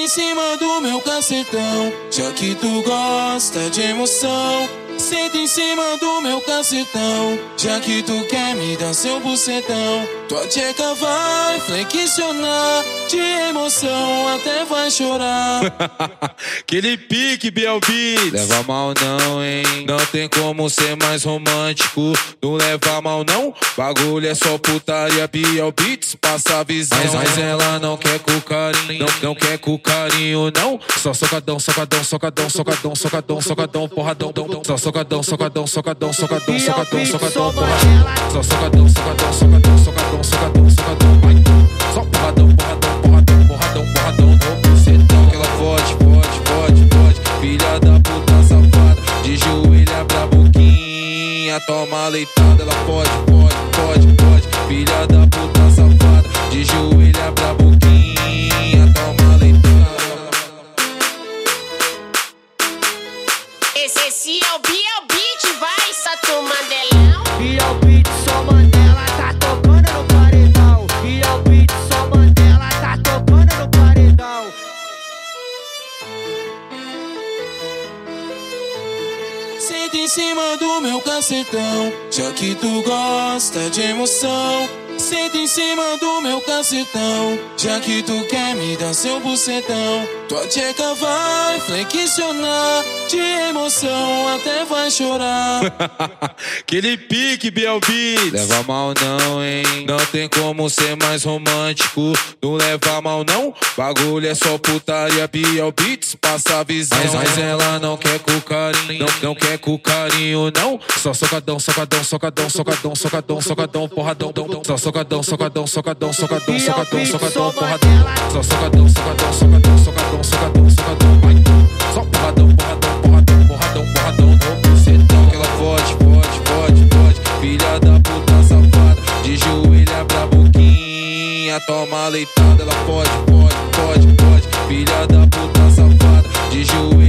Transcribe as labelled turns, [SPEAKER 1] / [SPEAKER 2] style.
[SPEAKER 1] em cima do meu cacetão, já que tu gosta de emoção. Senta em cima do meu cacetão, já que tu quer me dar seu bucetão. Tua tcheca vai flexionar, de emoção até vai chorar.
[SPEAKER 2] Aquele pique, Biel Beats.
[SPEAKER 3] Leva mal não, hein? Não tem como ser mais romântico. Não leva mal não, bagulho é só putaria. Biel Beats passa a visão. Mas ela não quer com carinho, não quer com carinho não. Só socadão, socadão, socadão, socadão, socadão, socadão, porradão, só socadão, socadão, socadão, socadão, socadão, socadão, porradão. Só socadão, socadão, socadão, socadão, socadão, socadão, vai. Só porradão, porradão, porradão, porradão, porradão, no bucetão. Que ela fode, fode, fode, fode. Filha da puta safada, de joelha pra boquinha, toma leitada. Ela fode, fode, fode, fode. Filha da puta safada, de joelha pra boquinha, toma leitada.
[SPEAKER 4] Esse é o Biel Beats, vai, Sato Mandelão.
[SPEAKER 5] Biel Beats, só Mandela, tá tocando no paredão. Biel Beats, só Mandela, tá tocando no paredão.
[SPEAKER 1] Senta em cima do meu cacetão, já que tu gosta de emoção. Senta em cima do meu cacetão, já que tu quer me dar seu bucetão. Tua tcheca vai flexionar, de emoção até vai chorar.
[SPEAKER 2] Aquele pique, Biel Beats.
[SPEAKER 3] Leva mal não, hein? Não tem como ser mais romântico. Não leva mal não, bagulho é só putaria. Biel Beats passa a visão. Mas ela não quer com carinho, não quer com carinho não. Só socadão, socadão, socadão, socadão, socadão, socadão, porradão. Só socadão, socadão, socadão, socadão, socadão, socadão, porradão. Só socadão, socadão, socadão, socadão, socadão, socadão, vai. Só porradão, porradão, porradão, porradão, porradão, no bucetão. Que ela fode, fode, fode, fode. Filha da puta safada, de joelha pra boquinha, toma leitada. Ela fode, fode, fode, fode. Filha da puta safada, de joelha.